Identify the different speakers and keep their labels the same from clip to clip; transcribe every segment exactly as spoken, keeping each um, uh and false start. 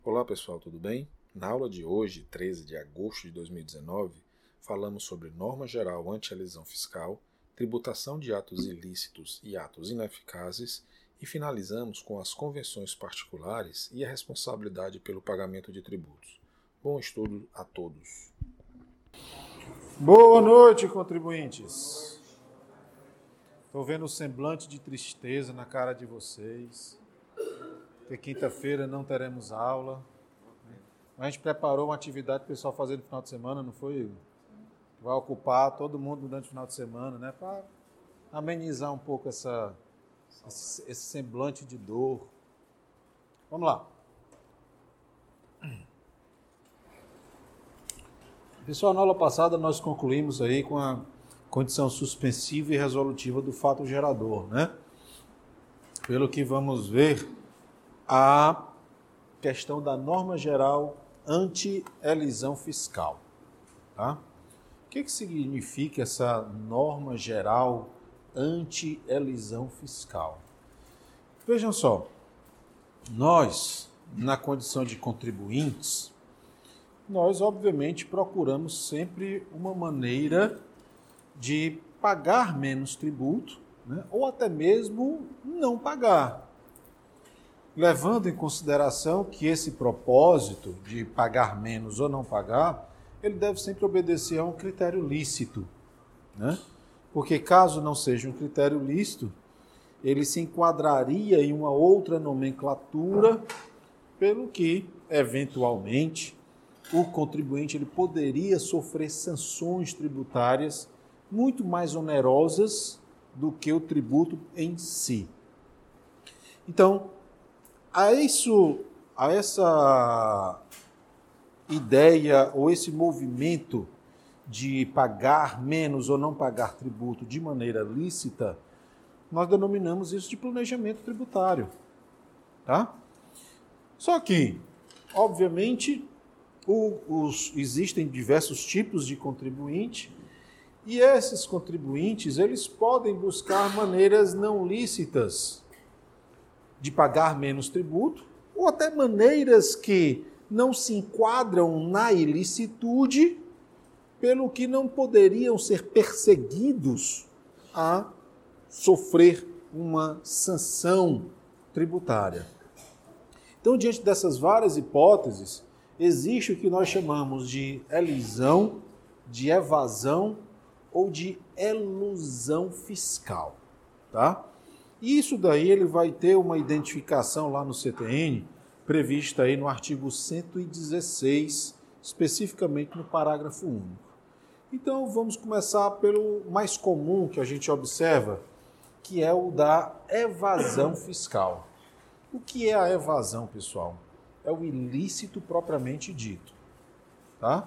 Speaker 1: Olá pessoal, tudo bem? Na aula de hoje, treze de agosto de dois mil e dezenove, falamos sobre norma geral anti-elisão fiscal, tributação de atos ilícitos e atos ineficazes e finalizamos com as convenções particulares e a responsabilidade pelo pagamento de tributos. Bom estudo a todos.
Speaker 2: Boa noite, contribuintes. Estou vendo o semblante de tristeza na cara de vocês. Porque quinta-feira não teremos aula. A gente preparou uma atividade para o pessoal fazer no final de semana, não foi, Igor? Vai ocupar todo mundo durante o final de semana, né? Para amenizar um pouco essa, esse, esse semblante de dor. Vamos lá. Pessoal, na aula passada nós concluímos aí com a condição suspensiva e resolutiva do fato gerador, né? Pelo que vamos ver, a questão da norma geral anti-elisão fiscal. Tá? O que, que significa essa norma geral anti-elisão fiscal? Vejam só, nós, na condição de contribuintes, nós obviamente procuramos sempre uma maneira de pagar menos tributo, né? Ou até mesmo não pagar. Levando em consideração que esse propósito de pagar menos ou não pagar, ele deve sempre obedecer a um critério lícito, né? Porque caso não seja um critério lícito, ele se enquadraria em uma outra nomenclatura, pelo que, eventualmente, o contribuinte ele poderia sofrer sanções tributárias muito mais onerosas do que o tributo em si. Então, A, isso, a essa ideia ou esse movimento de pagar menos ou não pagar tributo de maneira lícita, nós denominamos isso de planejamento tributário. Tá? Só que, obviamente, o, os, existem diversos tipos de contribuinte e esses contribuintes eles podem buscar maneiras não lícitas de pagar menos tributo, ou até maneiras que não se enquadram na ilicitude, pelo que não poderiam ser perseguidos a sofrer uma sanção tributária. Então, diante dessas várias hipóteses, existe o que nós chamamos de elisão, de evasão ou de elusão fiscal, tá? E isso daí ele vai ter uma identificação lá no C T N, prevista aí no artigo cento e dezesseis, especificamente no parágrafo único. Então vamos começar pelo mais comum que a gente observa, que é o da evasão fiscal. O que é a evasão, pessoal? É o ilícito propriamente dito, tá?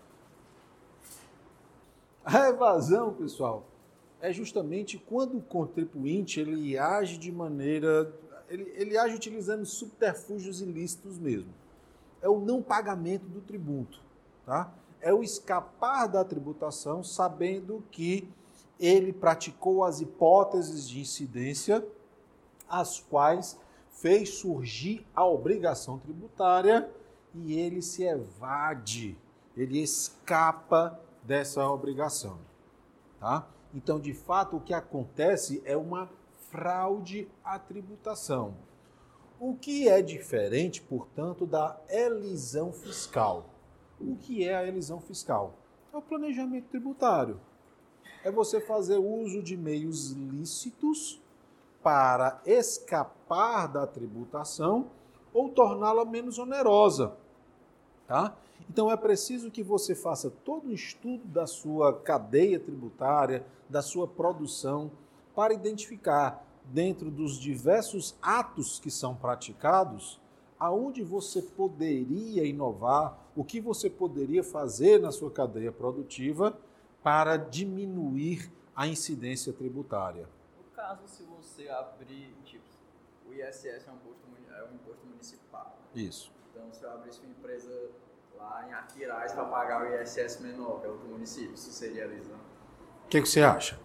Speaker 2: A evasão, pessoal, é justamente quando o contribuinte ele age de maneira, ele, ele age utilizando subterfúgios ilícitos mesmo. É o não pagamento do tributo, tá? É o escapar da tributação sabendo que ele praticou as hipóteses de incidência as quais fez surgir a obrigação tributária e ele se evade, ele escapa dessa obrigação, tá? Então, de fato, o que acontece é uma fraude à tributação. O que é diferente, portanto, da elisão fiscal. O que é a elisão fiscal? É o planejamento tributário. É você fazer uso de meios lícitos para escapar da tributação ou torná-la menos onerosa, tá? Então, é preciso que você faça todo o estudo da sua cadeia tributária, da sua produção, para identificar, dentro dos diversos atos que são praticados, aonde você poderia inovar, o que você poderia fazer na sua cadeia produtiva para diminuir a incidência tributária.
Speaker 3: No caso, se você abrir, tipo, o I S S é um imposto, é um imposto municipal.
Speaker 2: Isso.
Speaker 3: Então, se eu abrir sua empresa lá em Aquiraz para pagar o I S S menor, que é outro município, isso seria elisão?
Speaker 2: O que, que você acha?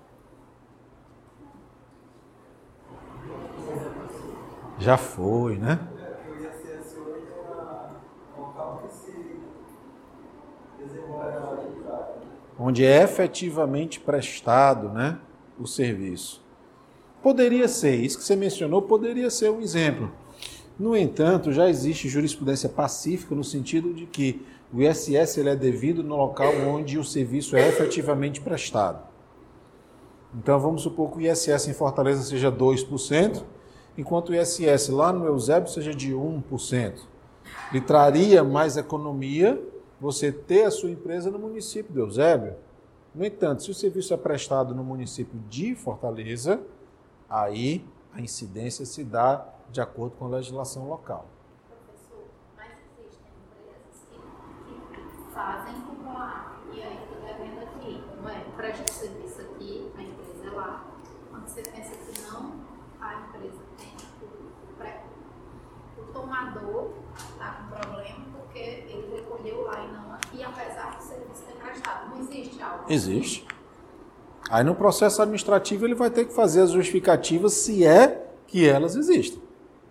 Speaker 2: Já foi, né? onde é efetivamente prestado, né, o serviço. Poderia ser, isso que você mencionou, poderia ser um exemplo. No entanto, já existe jurisprudência pacífica no sentido de que o I S S ele é devido no local onde o serviço é efetivamente prestado. Então, vamos supor que o I S S em Fortaleza seja dois por cento, enquanto o I S S lá no Eusébio seja de um por cento. Lhe traria mais economia você ter a sua empresa no município de Eusébio. No entanto, se o serviço é prestado no município de Fortaleza, aí a incidência se dá de acordo com a legislação local.
Speaker 4: Professor, mas existem empresas que, que fazem como lá, e aí estou devendo aqui, não é? Presta serviço aqui, a empresa é lá. Quando você pensa que não, a empresa tem o, pré, o tomador está com problema porque ele recolheu lá e não aqui, apesar do serviço ter prestado. Não existe algo?
Speaker 2: Existe. Aí no processo administrativo ele vai ter que fazer as justificativas se é que elas existem.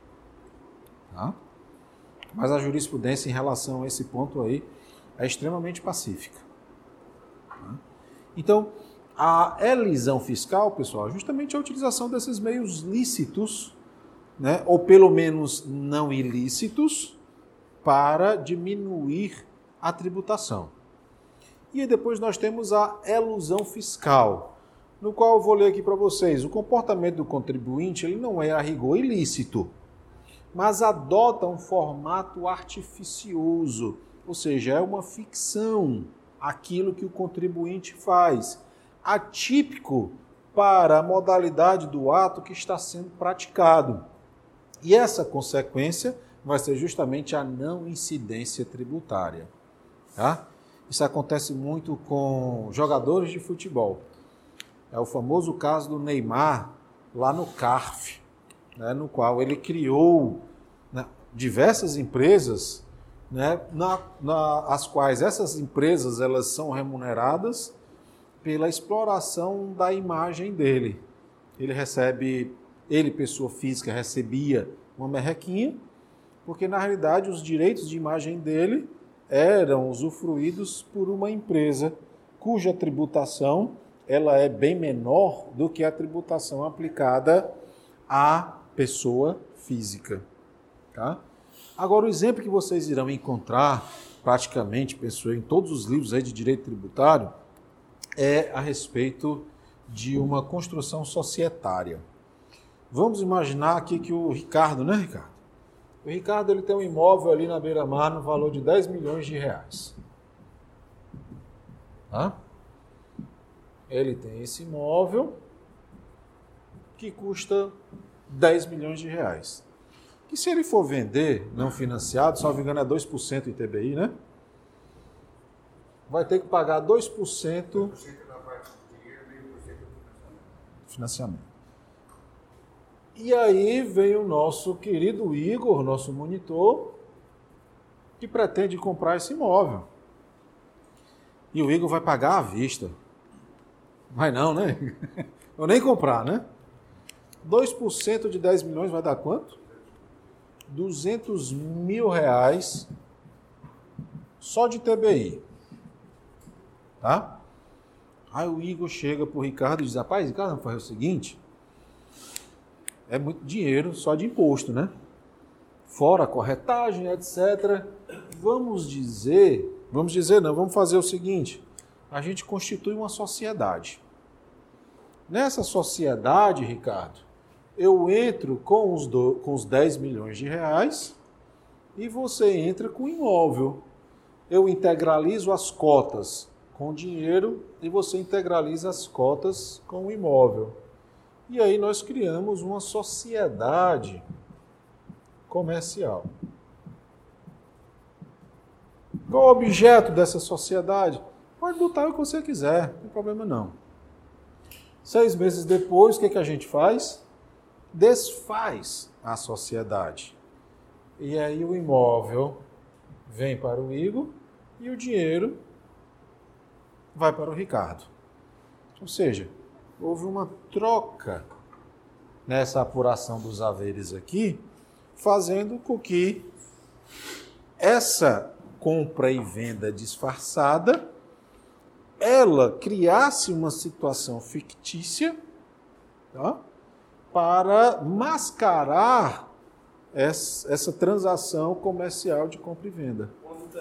Speaker 2: Tá? Mas a jurisprudência em relação a esse ponto aí é extremamente pacífica. Tá? Então, a elisão fiscal, pessoal, é justamente a utilização desses meios lícitos, né, ou pelo menos não ilícitos, para diminuir a tributação. E aí depois nós temos a elusão fiscal, no qual eu vou ler aqui para vocês. O comportamento do contribuinte ele não é a rigor ilícito, mas adota um formato artificioso, ou seja, é uma ficção aquilo que o contribuinte faz, atípico para a modalidade do ato que está sendo praticado. E essa consequência vai ser justamente a não incidência tributária. Tá? Isso acontece muito com jogadores de futebol. É o famoso caso do Neymar, lá no C A R F, né, no qual ele criou, né, diversas empresas, né, na, na, as quais essas empresas elas são remuneradas pela exploração da imagem dele. Ele recebe, ele, pessoa física, recebia uma merrequinha, porque na realidade os direitos de imagem dele eram usufruídos por uma empresa cuja tributação ela é bem menor do que a tributação aplicada à pessoa física. Tá? Agora, o exemplo que vocês irão encontrar, praticamente, pessoal, em todos os livros aí de direito tributário, é a respeito de uma construção societária. Vamos imaginar aqui que o Ricardo, né, Ricardo? O Ricardo ele tem um imóvel ali na beira-mar no valor de dez milhões de reais. Tá? Ele tem esse imóvel que custa dez milhões de reais. Que se ele for vender não financiado, salvo engano é dois por cento I T B I, né? Vai ter que pagar dois por cento
Speaker 5: dois por cento da parte do dinheiro e dois por cento do
Speaker 2: financiamento. E aí vem o nosso querido Igor, nosso monitor, que pretende comprar esse imóvel. E o Igor vai pagar à vista. Vai não, né? Vou nem comprar, né? dois por cento de dez milhões vai dar quanto? duzentos mil reais só de T B I. Tá? Aí o Igor chega pro Ricardo e diz, rapaz, Ricardo, vamos fazer o seguinte, é muito dinheiro só de imposto, né? Fora a corretagem, etcétera. Vamos dizer, vamos dizer não, vamos fazer o seguinte, a gente constitui uma sociedade. Nessa sociedade, Ricardo, eu entro com os, do, com os dez milhões de reais e você entra com o imóvel. Eu integralizo as cotas com o dinheiro e você integraliza as cotas com o imóvel. E aí nós criamos uma sociedade comercial. Qual o objeto dessa sociedade? Pode botar o que você quiser, não tem problema não. Seis meses depois, o que, que a gente faz? Desfaz a sociedade. E aí o imóvel vem para o Igor e o dinheiro vai para o Ricardo. Ou seja, houve uma troca nessa apuração dos haveres aqui, fazendo com que essa compra e venda disfarçada, ela criasse uma situação fictícia, tá? Para mascarar essa, essa transação comercial de compra e venda.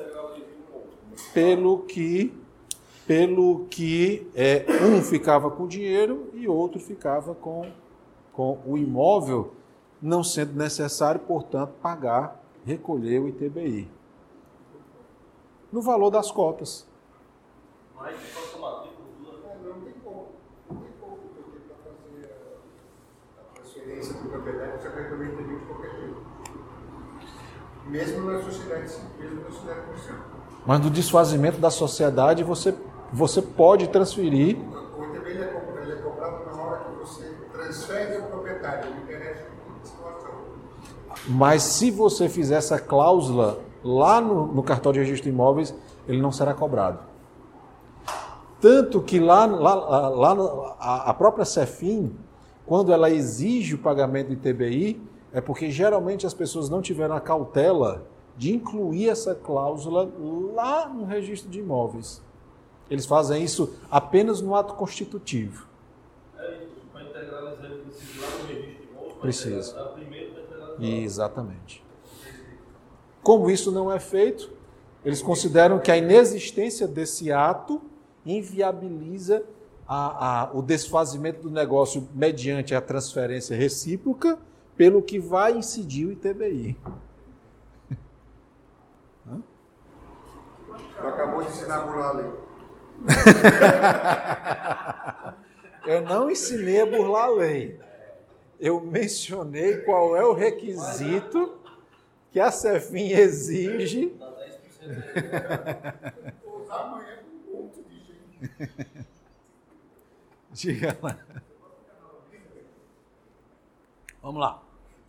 Speaker 2: Pelo que, pelo que é, um ficava com dinheiro e outro ficava com, com o imóvel, não sendo necessário, portanto, pagar, recolher o I T B I. No valor das cotas.
Speaker 5: Mas posso tomar tempo? Não tem como. Não tem como, porque para fazer a transferência do proprietário, você vai também ter de qualquer jeito. Mesmo na sociedade, mesmo na sociedade comercial.
Speaker 2: Mas no desfazimento da sociedade, você, você pode transferir.
Speaker 5: O I T B I ele é, cobrado, ele é cobrado na hora que você transfere ao proprietário, não interessa a situação.
Speaker 2: Mas se você fizer essa cláusula lá no, no cartório de registro de imóveis, ele não será cobrado. Tanto que lá, lá, lá a própria Cefim, quando ela exige o pagamento do I T B I, é porque geralmente as pessoas não tiveram a cautela de incluir essa cláusula lá no registro de imóveis. Eles fazem isso apenas no ato constitutivo.
Speaker 6: É isso, para integralizar ele precisa lá no registro de imóveis.
Speaker 2: Precisa.
Speaker 6: Primeiro para integralizar.
Speaker 2: Exatamente. Como isso não é feito, eles consideram que a inexistência desse ato inviabiliza a, a, o desfazimento do negócio mediante a transferência recíproca, pelo que vai incidir o I T B I.
Speaker 5: Acabou de ensinar a burlar a lei.
Speaker 2: Eu não ensinei a burlar a lei. Eu mencionei qual é o requisito que a Cefim exige.
Speaker 5: Usar amanhã com um ponto de gente.
Speaker 2: Diga lá. Vamos lá.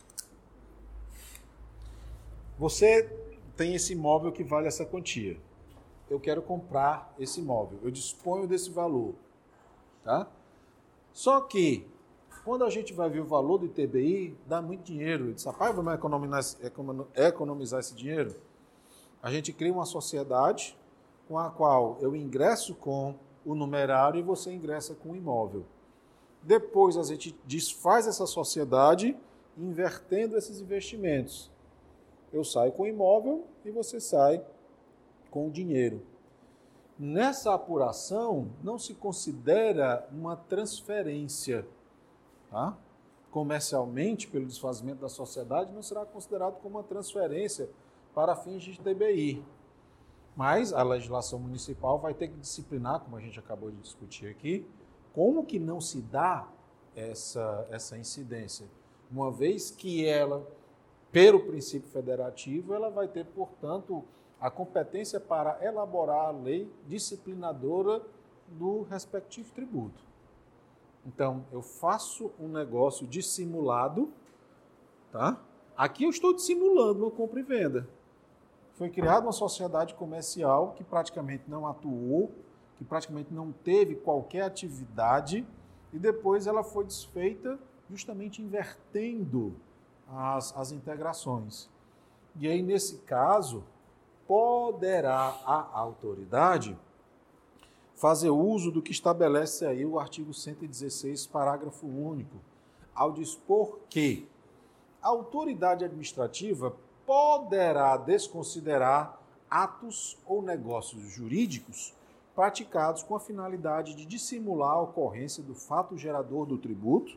Speaker 2: Você tem esse imóvel que vale essa quantia. Eu quero comprar esse imóvel. Eu disponho desse valor. Tá? Só que, quando a gente vai ver o valor do I T B I, dá muito dinheiro. Eu disse, rapaz, vamos economizar, economizar esse dinheiro? A gente cria uma sociedade com a qual eu ingresso com o numerário e você ingressa com o imóvel. Depois a gente desfaz essa sociedade invertendo esses investimentos. Eu saio com o imóvel e você sai com o dinheiro. Nessa apuração, não se considera uma transferência. Tá? Comercialmente, pelo desfazimento da sociedade, não será considerado como uma transferência para fins de I T B I. Mas a legislação municipal vai ter que disciplinar, como a gente acabou de discutir aqui, como que não se dá essa, essa incidência. Uma vez que ela, pelo princípio federativo, ela vai ter, portanto, a competência para elaborar a lei disciplinadora do respectivo tributo. Então, eu faço um negócio dissimulado, tá? Aqui eu estou dissimulando uma compra e venda. Foi criada uma sociedade comercial que praticamente não atuou, que praticamente não teve qualquer atividade, e depois ela foi desfeita justamente invertendo as, as integrações. E aí, nesse caso, poderá a autoridade fazer uso do que estabelece aí o artigo cento e dezesseis, parágrafo único, ao dispor que a autoridade administrativa poderá desconsiderar atos ou negócios jurídicos praticados com a finalidade de dissimular a ocorrência do fato gerador do tributo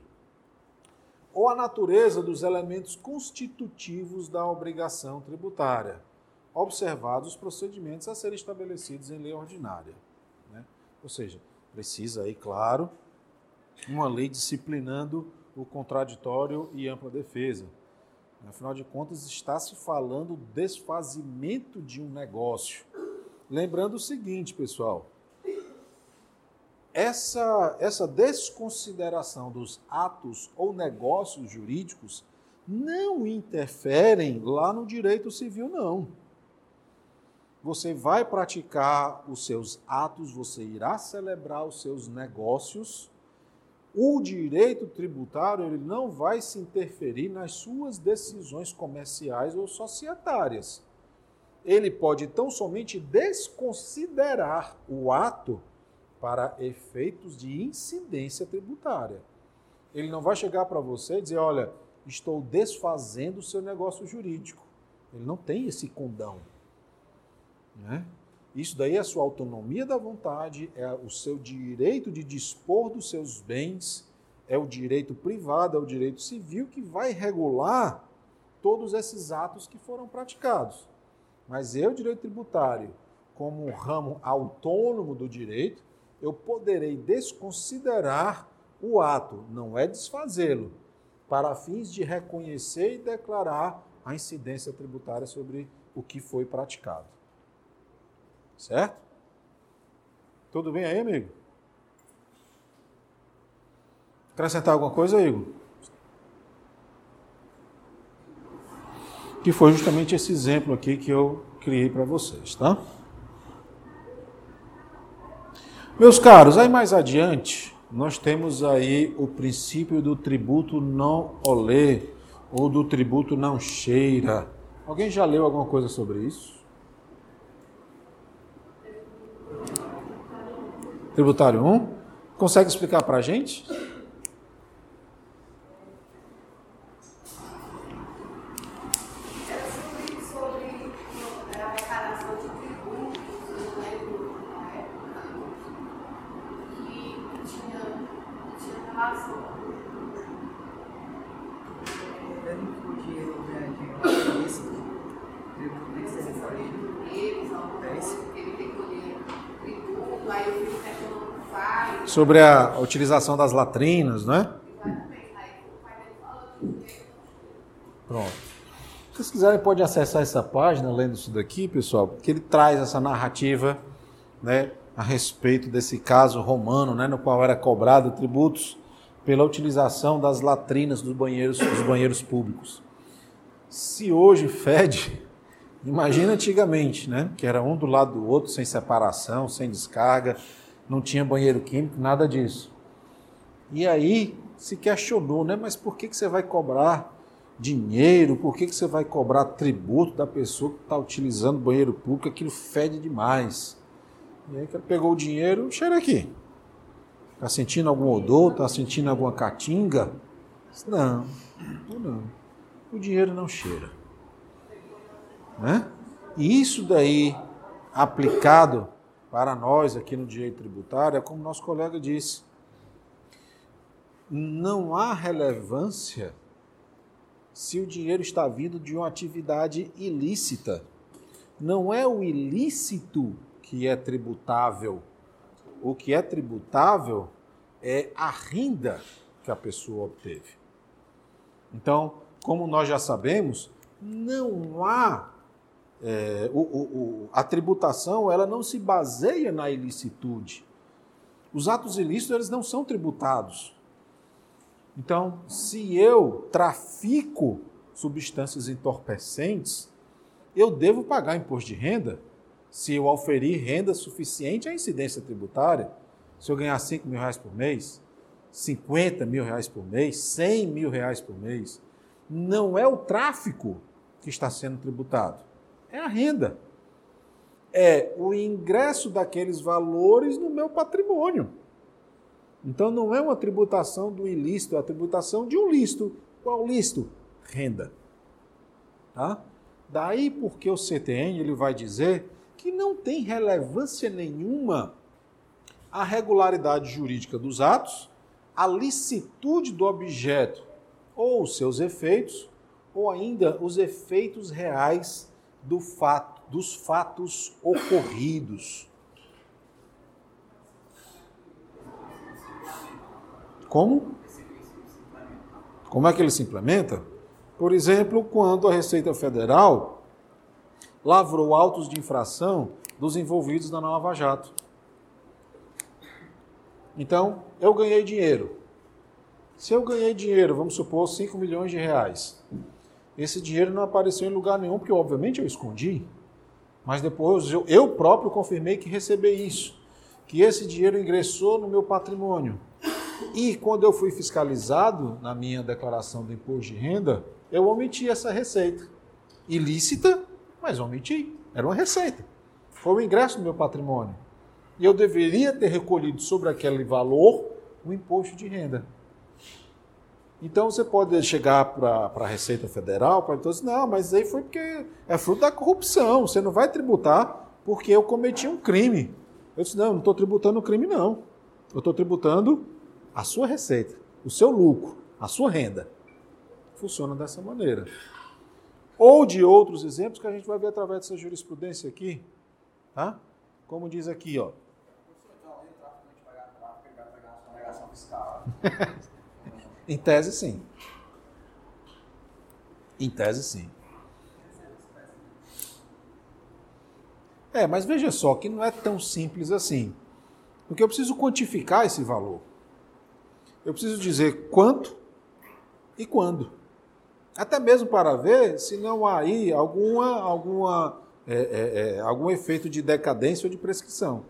Speaker 2: ou a natureza dos elementos constitutivos da obrigação tributária, observados os procedimentos a serem estabelecidos em lei ordinária. Né? Ou seja, precisa aí, claro, uma lei disciplinando o contraditório e ampla defesa. Afinal de contas, está se falando do desfazimento de um negócio. Lembrando o seguinte, pessoal, essa, essa desconsideração dos atos ou negócios jurídicos não interferem lá no direito civil, não. Você vai praticar os seus atos, você irá celebrar os seus negócios. O direito tributário ele não vai se interferir nas suas decisões comerciais ou societárias. ele pode tão somente desconsiderar o ato para efeitos de incidência tributária. Ele não vai chegar para você e dizer, olha, estou desfazendo o seu negócio jurídico. Ele não tem esse condão. Né? Isso daí é a sua autonomia da vontade, é o seu direito de dispor dos seus bens, é o direito privado, é o direito civil que vai regular todos esses atos que foram praticados. Mas eu, direito tributário, como um ramo autônomo do direito, eu poderei desconsiderar o ato, não é desfazê-lo, para fins de reconhecer e declarar a incidência tributária sobre o que foi praticado. Certo? Tudo bem aí, amigo? Acrescentar alguma coisa, Igor? Que foi justamente esse exemplo aqui que eu criei para vocês, tá? Meus caros, aí mais adiante, nós temos aí o princípio do tributo não olê, ou do tributo não cheira. Alguém já leu alguma coisa sobre isso? Tributário um? Consegue explicar para a gente? Sobre a utilização das latrinas, né? Pronto. Se vocês quiserem, pode acessar essa página, lendo isso daqui, pessoal, porque ele traz essa narrativa, né, a respeito desse caso romano, né, no qual era cobrado tributos pela utilização das latrinas dos banheiros, dos banheiros públicos. Se hoje fede, imagina antigamente, né, que era um do lado do outro, sem separação, sem descarga, não tinha banheiro químico, nada disso. E aí se questionou, né? Mas por que, que você vai cobrar dinheiro? Por que, que você vai cobrar tributo da pessoa que está utilizando banheiro público? Aquilo fede demais. E aí que ele pegou o dinheiro, cheira aqui. Está sentindo algum odor? Está sentindo alguma caatinga? Não, não. O dinheiro não cheira. Né? E isso daí, aplicado para nós aqui no direito tributário, é como nosso colega disse, não há relevância se o dinheiro está vindo de uma atividade ilícita. Não é o ilícito que é tributável. O que é tributável é a renda que a pessoa obteve. Então, como nós já sabemos, não há É, o, o, a tributação ela não se baseia na ilicitude. Os atos ilícitos eles não são tributados. Então, se eu trafico substâncias entorpecentes, eu devo pagar imposto de renda se eu oferir renda suficiente à incidência tributária. Se eu ganhar cinco mil reais por mês, cinquenta mil reais por mês, cem mil reais por mês, não é o tráfico que está sendo tributado. É a renda. É o ingresso daqueles valores no meu patrimônio. Então não é uma tributação do ilícito, é a tributação de um lícito. Qual lícito? Renda. Tá? Daí porque o C T N ele vai dizer que não tem relevância nenhuma a regularidade jurídica dos atos, a licitude do objeto ou os seus efeitos, ou ainda os efeitos reais Do fato, dos fatos ocorridos. Como? Como é que ele se implementa? Por exemplo, quando a Receita Federal lavrou autos de infração dos envolvidos na Lava Jato. Então, eu ganhei dinheiro. Se eu ganhei dinheiro, vamos supor, cinco milhões de reais. Esse dinheiro não apareceu em lugar nenhum, porque obviamente eu escondi, mas depois eu, eu próprio confirmei que recebi isso, que esse dinheiro ingressou no meu patrimônio. E quando eu fui fiscalizado na minha declaração do imposto de renda, eu omiti essa receita. Ilícita, mas omiti. Era uma receita. Foi o ingresso do meu patrimônio. E eu deveria ter recolhido sobre aquele valor o imposto de renda. Então você pode chegar para a Receita Federal para dizer, assim, não, mas aí foi porque é fruto da corrupção, você não vai tributar porque eu cometi um crime. Eu disse, não, não estou tributando o crime, não. Eu estou tributando a sua receita, o seu lucro, a sua renda. Funciona dessa maneira. Ou de outros exemplos que a gente vai ver através dessa jurisprudência aqui, tá? Como diz aqui, ó. Em tese, sim. Em tese, sim. É, mas veja só que não é tão simples assim. Porque eu preciso quantificar esse valor. Eu preciso dizer quanto e quando. Até mesmo para ver se não há aí alguma, alguma, é, é, é, algum efeito de decadência ou de prescrição.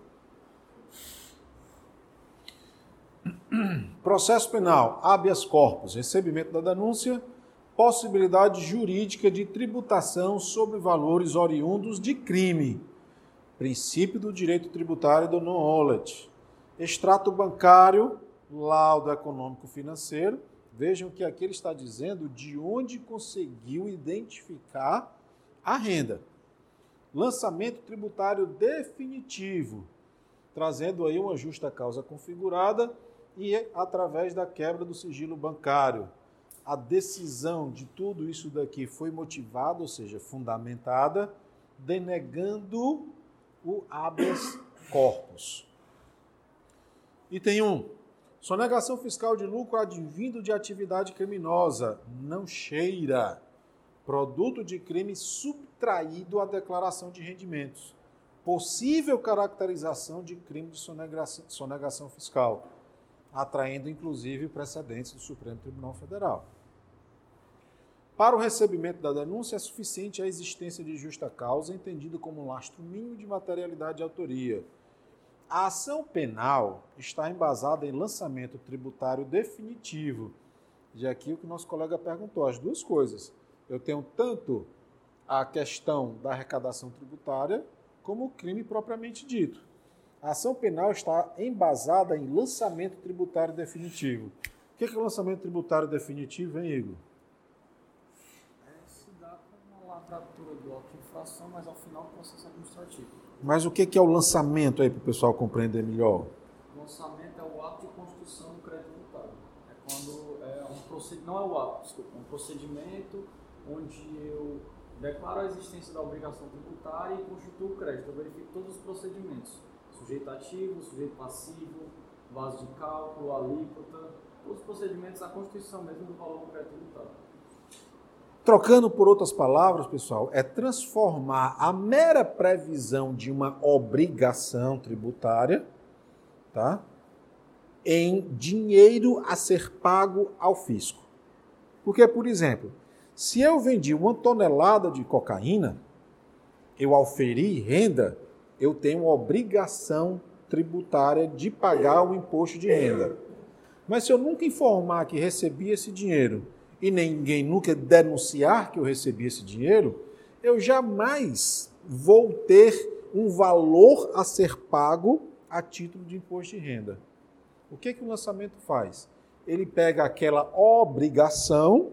Speaker 2: Processo penal, habeas corpus, recebimento da denúncia, possibilidade jurídica de tributação sobre valores oriundos de crime, princípio do direito tributário do non-olet, extrato bancário, laudo econômico-financeiro. Vejam que aqui ele está dizendo de onde conseguiu identificar a renda. Lançamento tributário definitivo, trazendo aí uma justa causa configurada e através da quebra do sigilo bancário. A decisão de tudo isso daqui foi motivada, ou seja, fundamentada, denegando o habeas corpus. Item um. Sonegação fiscal de lucro advindo de atividade criminosa. Não cheira. Produto de crime subtraído à declaração de rendimentos. Possível caracterização de crime de sonegação, sonegação fiscal, atraindo inclusive precedentes do Supremo Tribunal Federal. Para o recebimento da denúncia é suficiente a existência de justa causa, entendido como um lastro mínimo de materialidade de autoria. A ação penal está embasada em lançamento tributário definitivo. E aqui o que o nosso colega perguntou, as duas coisas. Eu tenho tanto a questão da arrecadação tributária como o crime propriamente dito. A ação penal está embasada em lançamento tributário definitivo. O que é o lançamento tributário definitivo, hein, Igor?
Speaker 3: É, se dá como uma lavratura do auto de infração, mas ao final do processo administrativo.
Speaker 2: Mas o que é o lançamento aí para o pessoal compreender melhor?
Speaker 3: O lançamento é o ato de constituição do crédito tributário. É quando é um procedimento, não é o ato, desculpa, é um procedimento onde eu declaro a existência da obrigação tributária e constituo o crédito. Eu verifico todos os procedimentos. Sujeito ativo, sujeito passivo, base de cálculo, alíquota, todos os procedimentos, a constituição mesmo do valor do crédito tributário.
Speaker 2: Trocando por outras palavras, pessoal, é transformar a mera previsão de uma obrigação tributária, tá, em dinheiro a ser pago ao fisco. Porque, por exemplo, se eu vendi uma tonelada de cocaína, eu auferi renda, eu tenho obrigação tributária de pagar o imposto de renda. Mas se eu nunca informar que recebi esse dinheiro e ninguém nunca denunciar que eu recebi esse dinheiro, eu jamais vou ter um valor a ser pago a título de imposto de renda. O que que o lançamento faz? Ele pega aquela obrigação,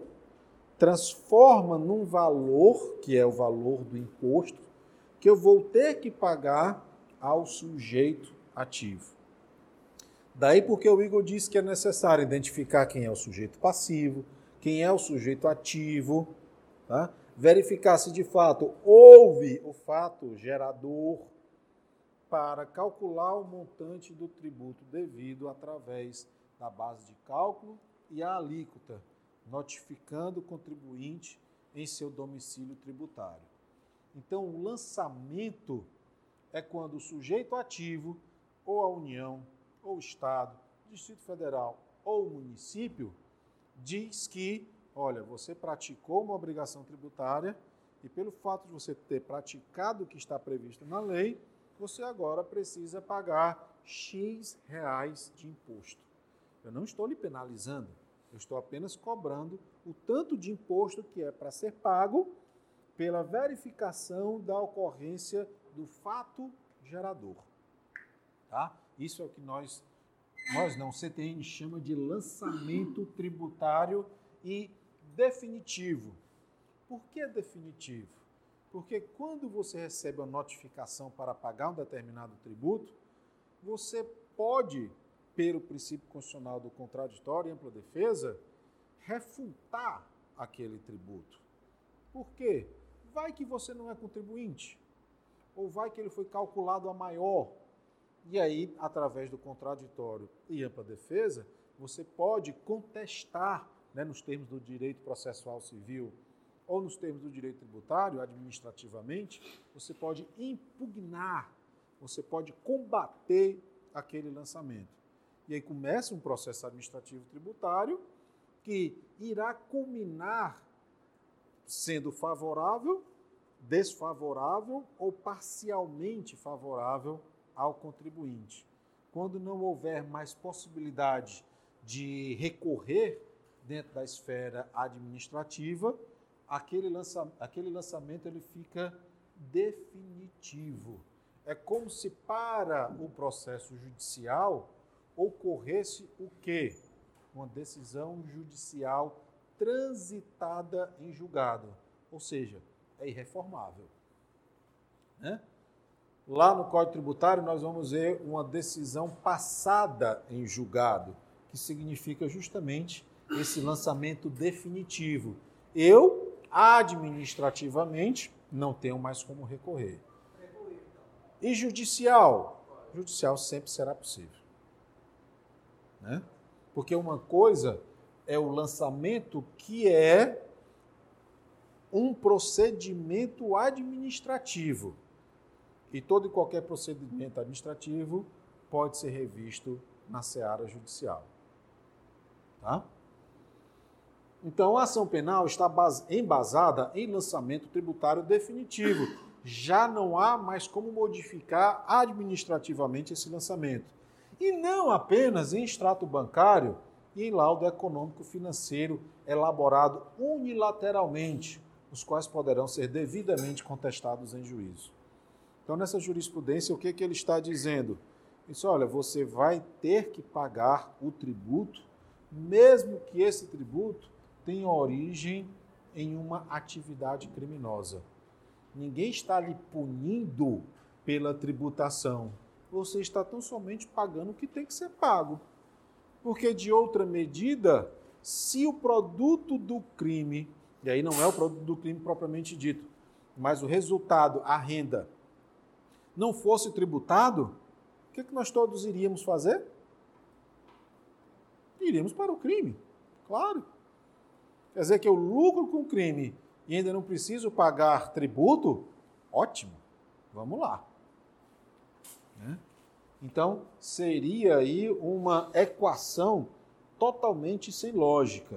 Speaker 2: transforma num valor, que é o valor do imposto, que eu vou ter que pagar ao sujeito ativo. Daí porque o Igor disse que é necessário identificar quem é o sujeito passivo, quem é o sujeito ativo, tá? Verificar se de fato houve o fato gerador para calcular o montante do tributo devido através da base de cálculo e a alíquota, notificando o contribuinte em seu domicílio tributário. Então, o lançamento é quando o sujeito ativo, ou a União, ou o Estado, Distrito Federal ou o município, diz que, olha, você praticou uma obrigação tributária e pelo fato de você ter praticado o que está previsto na lei, você agora precisa pagar X reais de imposto. Eu não estou lhe penalizando, eu estou apenas cobrando o tanto de imposto que é para ser pago pela verificação da ocorrência do fato gerador. Tá? Isso é o que nós, nós não, o C T N chama de lançamento tributário e definitivo. Por que definitivo? Porque quando você recebe a notificação para pagar um determinado tributo, você pode, pelo princípio constitucional do contraditório e ampla defesa, refutar aquele tributo. Por quê? Vai que você não é contribuinte, ou vai que ele foi calculado a maior, e aí, através do contraditório e ampla defesa, você pode contestar, né, nos termos do direito processual civil ou nos termos do direito tributário, administrativamente, você pode impugnar, você pode combater aquele lançamento. E aí começa um processo administrativo tributário que irá culminar sendo favorável, desfavorável ou parcialmente favorável ao contribuinte. Quando não houver mais possibilidade de recorrer dentro da esfera administrativa, aquele, lança, aquele lançamento ele fica definitivo. É como se para o processo judicial ocorresse o quê? Uma decisão judicial transitada em julgado, ou seja, é irreformável. Né? Lá no Código Tributário nós vamos ver uma decisão passada em julgado, que significa justamente esse lançamento definitivo. Eu, administrativamente, não tenho mais como recorrer. E judicial? Judicial sempre será possível. Né? Porque uma coisa é o lançamento que é um procedimento administrativo. E todo e qualquer procedimento administrativo pode ser revisto na seara judicial. Tá? Então, a ação penal está embasada em lançamento tributário definitivo. Já não há mais como modificar administrativamente esse lançamento. E não apenas em extrato bancário e em laudo econômico-financeiro elaborado unilateralmente, os quais poderão ser devidamente contestados em juízo. Então, nessa jurisprudência, o que, que ele está dizendo? Isso, olha, você vai ter que pagar o tributo, mesmo que esse tributo tenha origem em uma atividade criminosa. Ninguém está lhe punindo pela tributação. Você está tão somente pagando o que tem que ser pago. Porque, de outra medida, se o produto do crime, e aí não é o produto do crime propriamente dito, mas o resultado, a renda, não fosse tributado, o que, é que nós todos iríamos fazer? Iríamos para o crime, claro. Quer dizer que eu lucro com o crime e ainda não preciso pagar tributo? Ótimo, vamos lá. Né? Então, seria aí uma equação totalmente sem lógica.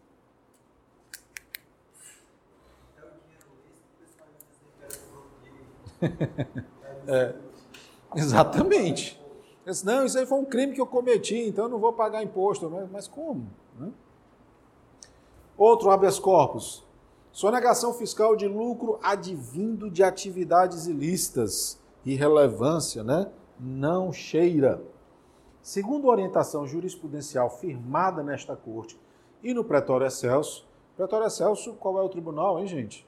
Speaker 2: É, exatamente. Disse, não, isso aí foi um crime que eu cometi, então eu não vou pagar imposto. Mas, mas como? Né? Outro habeas corpus. Sonegação fiscal de lucro advindo de atividades ilícitas. Irrelevância, né? Não cheira. Segundo a orientação jurisprudencial firmada nesta corte e no Pretório Excelso, Pretório Excelso, qual é o tribunal, hein, gente?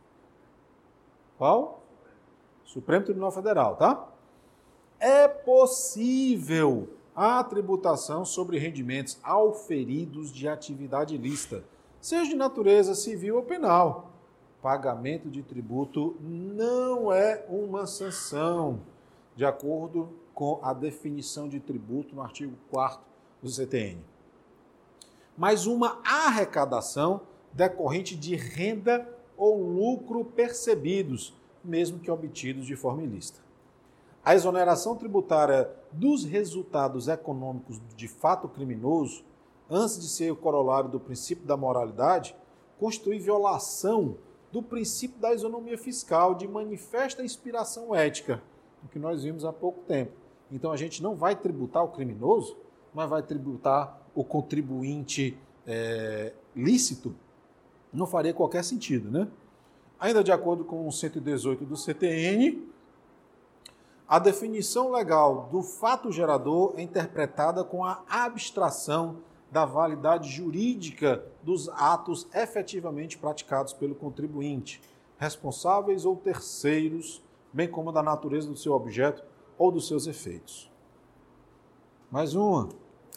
Speaker 2: Qual? Supremo Tribunal Federal, tá? É possível a tributação sobre rendimentos auferidos de atividade ilícita, seja de natureza civil ou penal. Pagamento de tributo não é uma sanção, de acordo com a definição de tributo no artigo quarto do C T N. Mas uma arrecadação decorrente de renda ou lucro percebidos, mesmo que obtidos de forma ilícita. A exoneração tributária dos resultados econômicos de fato criminoso, antes de ser o corolário do princípio da moralidade, constitui violação do princípio da isonomia fiscal de manifesta inspiração ética, o que nós vimos há pouco tempo. Então a gente não vai tributar o criminoso, mas vai tributar o contribuinte é, lícito. Não faria qualquer sentido, né? Ainda de acordo com o cento e dezoito do C T N, a definição legal do fato gerador é interpretada com a abstração da validade jurídica dos atos efetivamente praticados pelo contribuinte, responsáveis ou terceiros, bem como da natureza do seu objeto ou dos seus efeitos. Mais uma.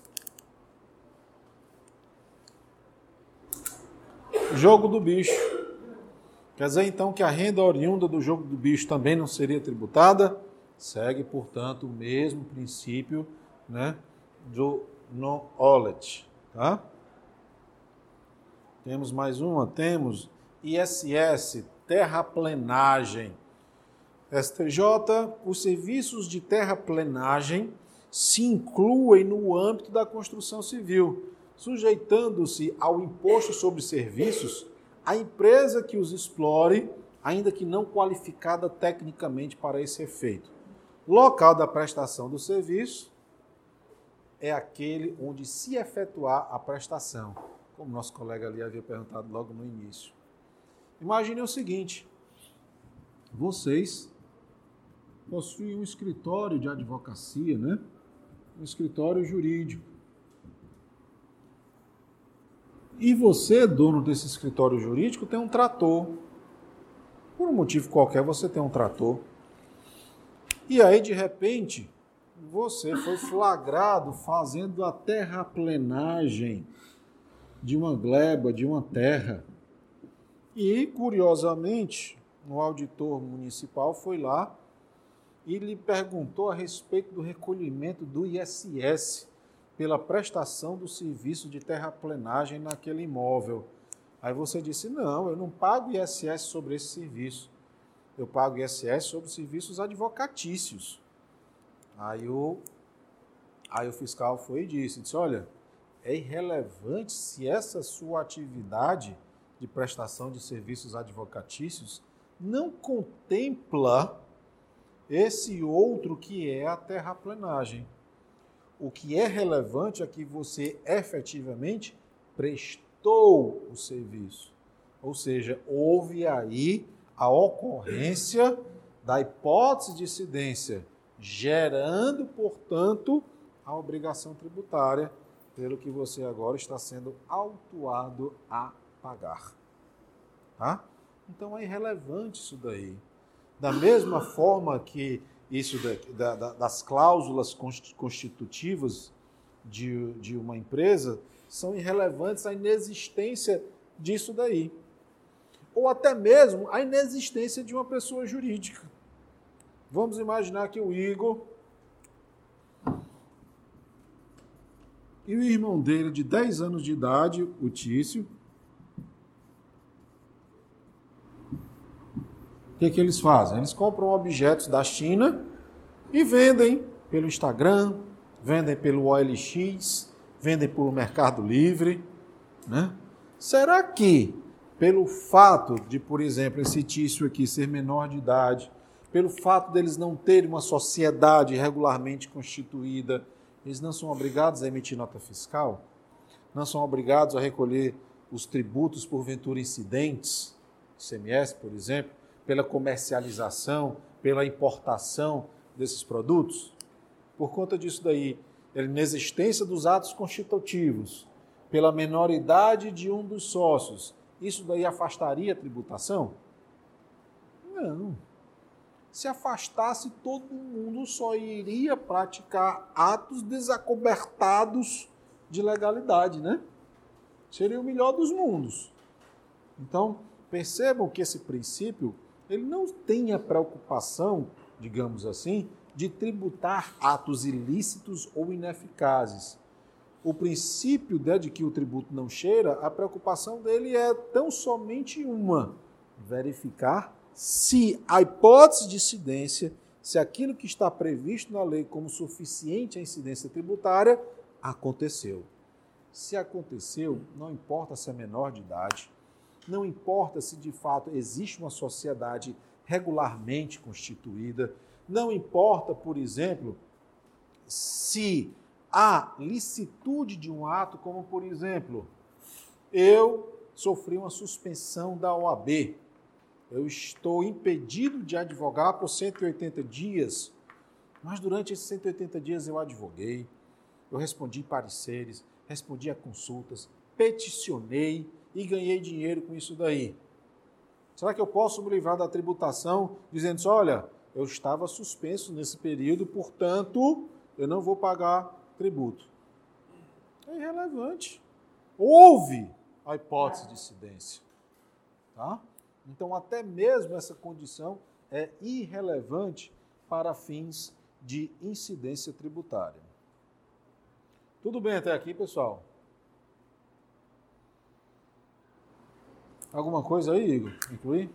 Speaker 2: Jogo do bicho. Quer dizer, então, que a renda oriunda do jogo do bicho também não seria tributada? Segue, portanto, o mesmo princípio, né, do non-olet. Tá? Temos mais uma. Temos I S S, terraplenagem. S T J, os serviços de terraplenagem se incluem no âmbito da construção civil, sujeitando-se ao imposto sobre serviços a empresa que os explore, ainda que não qualificada tecnicamente para esse efeito. Local da prestação do serviço é aquele onde se efetuar a prestação, como nosso colega ali havia perguntado logo no início. Imagine o seguinte: vocês possuem um escritório de advocacia, né? Um escritório jurídico. E você, dono desse escritório jurídico, tem um trator. Por um motivo qualquer, você tem um trator. E aí, de repente, você foi flagrado fazendo a terraplenagem de uma gleba, de uma terra. E, curiosamente, o auditor municipal foi lá e lhe perguntou a respeito do recolhimento do I S S pela prestação do serviço de terraplenagem naquele imóvel. Aí você disse, não, eu não pago I S S sobre esse serviço. Eu pago I S S sobre serviços advocatícios. Aí o, aí o fiscal foi e disse, disse, olha, é irrelevante se essa sua atividade de prestação de serviços advocatícios não contempla esse outro que é a terraplenagem. O que é relevante é que você efetivamente prestou o serviço. Ou seja, houve aí a ocorrência da hipótese de incidência, gerando, portanto, a obrigação tributária, pelo que você agora está sendo autuado a pagar. Tá? Então é irrelevante isso daí. Da mesma forma que isso da, da, das cláusulas constitutivas de, de uma empresa são irrelevantes à inexistência disso daí. Ou até mesmo a inexistência de uma pessoa jurídica. Vamos imaginar que o Igor e o irmão dele de dez anos de idade, o Tício, o que, que eles fazem? Eles compram objetos da China e vendem pelo Instagram, vendem pelo O L X, vendem pelo Mercado Livre. Né? Será que, pelo fato de, por exemplo, esse Tício aqui ser menor de idade, pelo fato deles não terem uma sociedade regularmente constituída, eles não são obrigados a emitir nota fiscal? Não são obrigados a recolher os tributos porventura incidentes, I C M S, por exemplo, pela comercialização, pela importação desses produtos? Por conta disso daí, a inexistência dos atos constitutivos, pela menoridade de um dos sócios, isso daí afastaria a tributação? Não. Se afastasse, todo mundo só iria praticar atos desacobertados de legalidade, né? Seria o melhor dos mundos. Então, percebam que esse princípio, ele não tem a preocupação, digamos assim, de tributar atos ilícitos ou ineficazes. O princípio de que o tributo não cheira, a preocupação dele é tão somente uma: verificar se a hipótese de incidência, se aquilo que está previsto na lei como suficiente à incidência tributária, aconteceu. Se aconteceu, não importa se é menor de idade, não importa se de fato existe uma sociedade regularmente constituída, não importa, por exemplo, se há licitude de um ato, como por exemplo, eu sofri uma suspensão da O A B, eu estou impedido de advogar por cento e oitenta dias, mas durante esses cento e oitenta dias eu advoguei, eu respondi pareceres, respondi a consultas, peticionei e ganhei dinheiro com isso daí. Será que eu posso me livrar da tributação dizendo assim, olha, eu estava suspenso nesse período, portanto, eu não vou pagar tributo? É irrelevante. Houve a hipótese de incidência. Tá? Então, até mesmo essa condição é irrelevante para fins de incidência tributária. Tudo bem até aqui, pessoal? Alguma coisa aí, Igor? Incluir?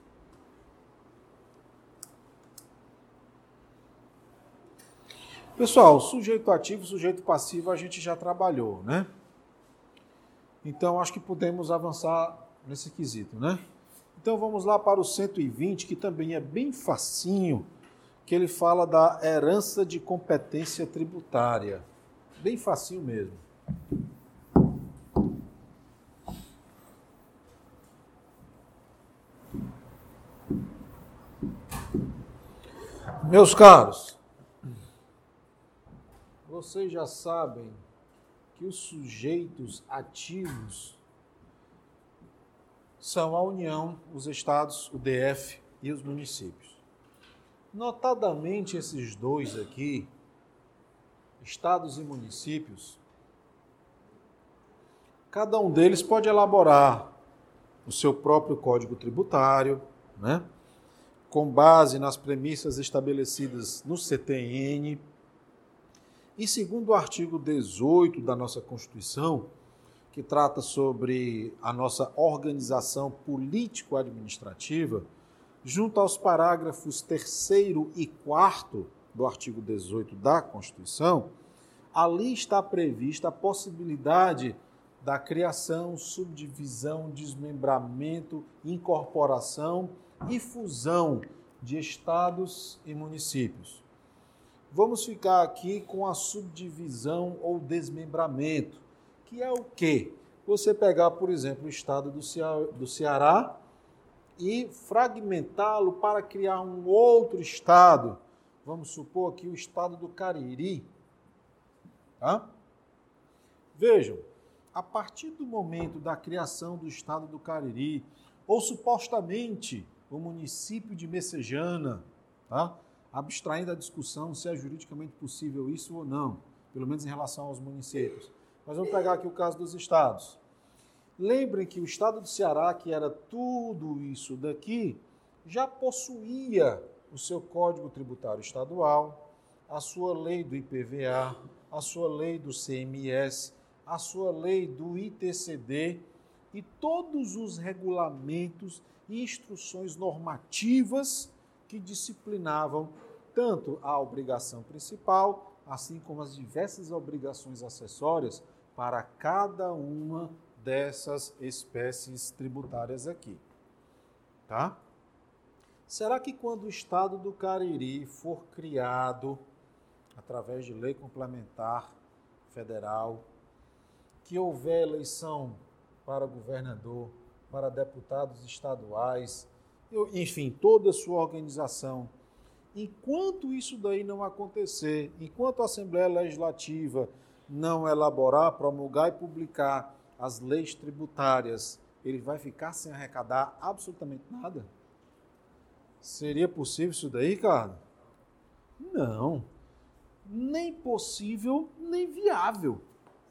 Speaker 2: Pessoal, sujeito ativo, sujeito passivo a gente já trabalhou, né? Então, acho que podemos avançar nesse quesito, né? Então, vamos lá para o cento e vinte, que também é bem facinho, que ele fala da herança de competência tributária. Bem facinho mesmo. Meus caros, vocês já sabem que os sujeitos ativos são a União, os estados, o D F e os municípios. Notadamente esses dois aqui, estados e municípios, cada um deles pode elaborar o seu próprio código tributário, né? Com base nas premissas estabelecidas no C T N. E segundo o artigo dezoito da nossa Constituição, que trata sobre a nossa organização político-administrativa, junto aos parágrafos terceiro e quarto do artigo dezoito da Constituição, ali está prevista a possibilidade da criação, subdivisão, desmembramento, incorporação e fusão de estados e municípios. Vamos ficar aqui com a subdivisão ou desmembramento, que é o quê? Você pegar, por exemplo, o estado do Ceará, do Ceará e fragmentá-lo para criar um outro estado. Vamos supor aqui o estado do Cariri. Tá? Vejam, a partir do momento da criação do estado do Cariri, ou supostamente o município de Messejana, tá? Abstraindo a discussão se é juridicamente possível isso ou não, pelo menos em relação aos municípios. Mas vamos pegar aqui o caso dos estados. Lembrem que o estado do Ceará, que era tudo isso daqui, já possuía o seu Código Tributário Estadual, a sua lei do I P V A, a sua lei do C M S, a sua lei do I T C D e todos os regulamentos e instruções normativas que disciplinavam tanto a obrigação principal, assim como as diversas obrigações acessórias para cada uma dessas espécies tributárias aqui. Tá? Será que quando o estado do Cariri for criado através de lei complementar federal, que houver eleição para governador, para deputados estaduais, enfim, toda a sua organização, enquanto isso daí não acontecer, enquanto a Assembleia Legislativa não elaborar, promulgar e publicar as leis tributárias, ele vai ficar sem arrecadar absolutamente nada? Seria possível isso daí, cara? Não. Nem possível, nem viável.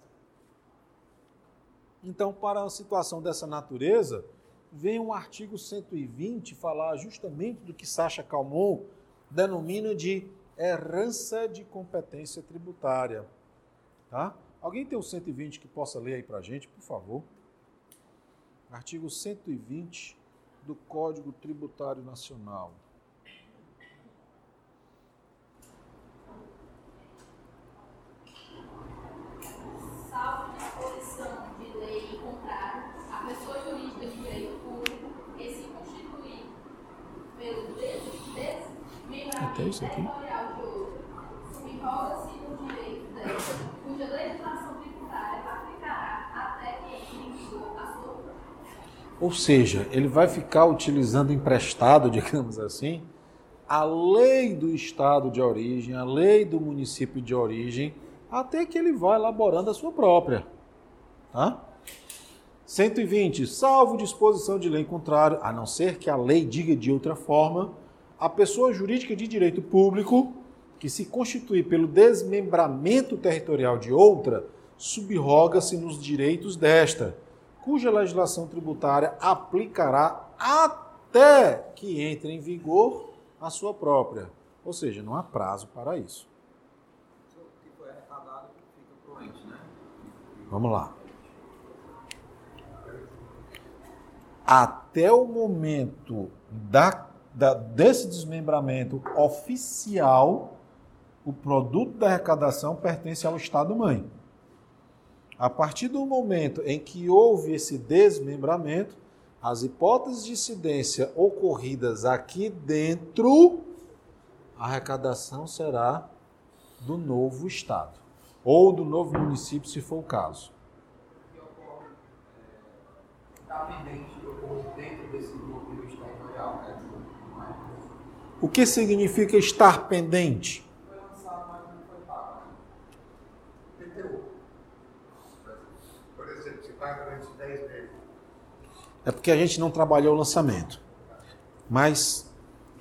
Speaker 2: Então, para uma situação dessa natureza, vem o artigo cento e vinte falar justamente do que Sacha Calmon denomina de herança de competência tributária. Tá? Alguém tem o cento e vinte que possa ler aí para a gente, por favor? Artigo cento e vinte do Código Tributário Nacional.
Speaker 4: Salvo disposição de lei contrária, a pessoa jurídica de direito público que se constituir pelo desmembramento territorial de outra, subroga-se o direito dela, cuja legislação tributária aplicará até que entre em vigor a sua.
Speaker 2: Ou seja, ele vai ficar utilizando emprestado, digamos assim, a lei do estado de origem, a lei do município de origem, até que ele vá elaborando a sua própria. Tá? cento e vinte. Salvo disposição de lei contrária, a não ser que a lei diga de outra forma, a pessoa jurídica de direito público, que se constitui pelo desmembramento territorial de outra, subroga-se nos direitos desta, cuja legislação tributária aplicará até que entre em vigor a sua própria. Ou seja, não há prazo para isso.
Speaker 3: O que foi arrecadado fica pro ente, né?
Speaker 2: Vamos lá. Até o momento da, da, desse desmembramento oficial, o produto da arrecadação pertence ao Estado-mãe. A partir do momento em que houve esse desmembramento, as hipóteses de incidência ocorridas aqui dentro, a arrecadação será do novo Estado, ou do novo município, se for o caso.
Speaker 3: Está pendente dentro desse núcleo territorial, né?
Speaker 2: O que significa estar pendente?
Speaker 3: Foi lançado, mas não foi pago.
Speaker 5: P T U. Por exemplo, se paga durante dez meses.
Speaker 2: É porque a gente não trabalhou o lançamento. Mas...